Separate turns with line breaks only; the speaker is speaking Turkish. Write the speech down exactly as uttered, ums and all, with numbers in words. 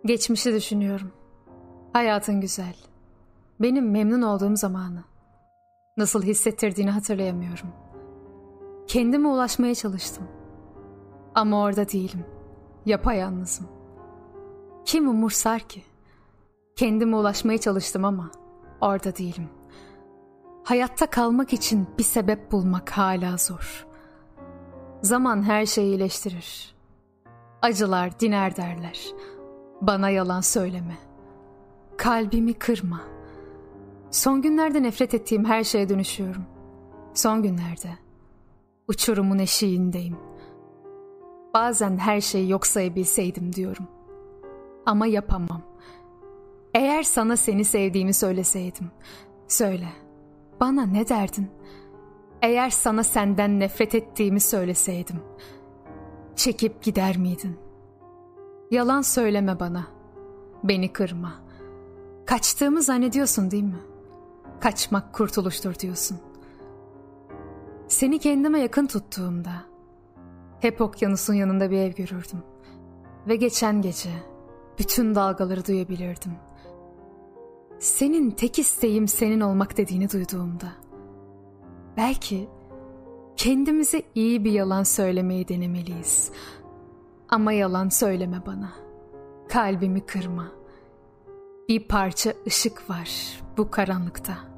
Geçmişi düşünüyorum. Hayatın güzel. Benim memnun olduğum zamanı. Nasıl hissettirdiğini hatırlayamıyorum. Kendime ulaşmaya çalıştım. Ama orada değilim. Yapayalnızım. Kim umursar ki? Kendime ulaşmaya çalıştım ama orada değilim. Hayatta kalmak için bir sebep bulmak hala zor. Zaman her şeyi iyileştirir. Acılar diner derler. Bana yalan söyleme. Kalbimi kırma. Son günlerde nefret ettiğim her şeye dönüşüyorum. Son günlerde uçurumun eşiğindeyim. Bazen her şeyi yok sayabilseydim diyorum. Ama yapamam. Eğer sana seni sevdiğimi söyleseydim, söyle, bana ne derdin? Eğer sana senden nefret ettiğimi söyleseydim, çekip gider miydin? Yalan söyleme bana, beni kırma. Kaçtığımı zannediyorsun değil mi? Kaçmak kurtuluştur diyorsun. Seni kendime yakın tuttuğumda, hep okyanusun yanında bir ev görürdüm. Ve geçen gece bütün dalgaları duyabilirdim. Senin tek isteğim senin olmak dediğini duyduğumda, belki kendimize iyi bir yalan söylemeyi denemeliyiz. Ama yalan söyleme bana. Kalbimi kırma. Bir parça ışık var bu karanlıkta.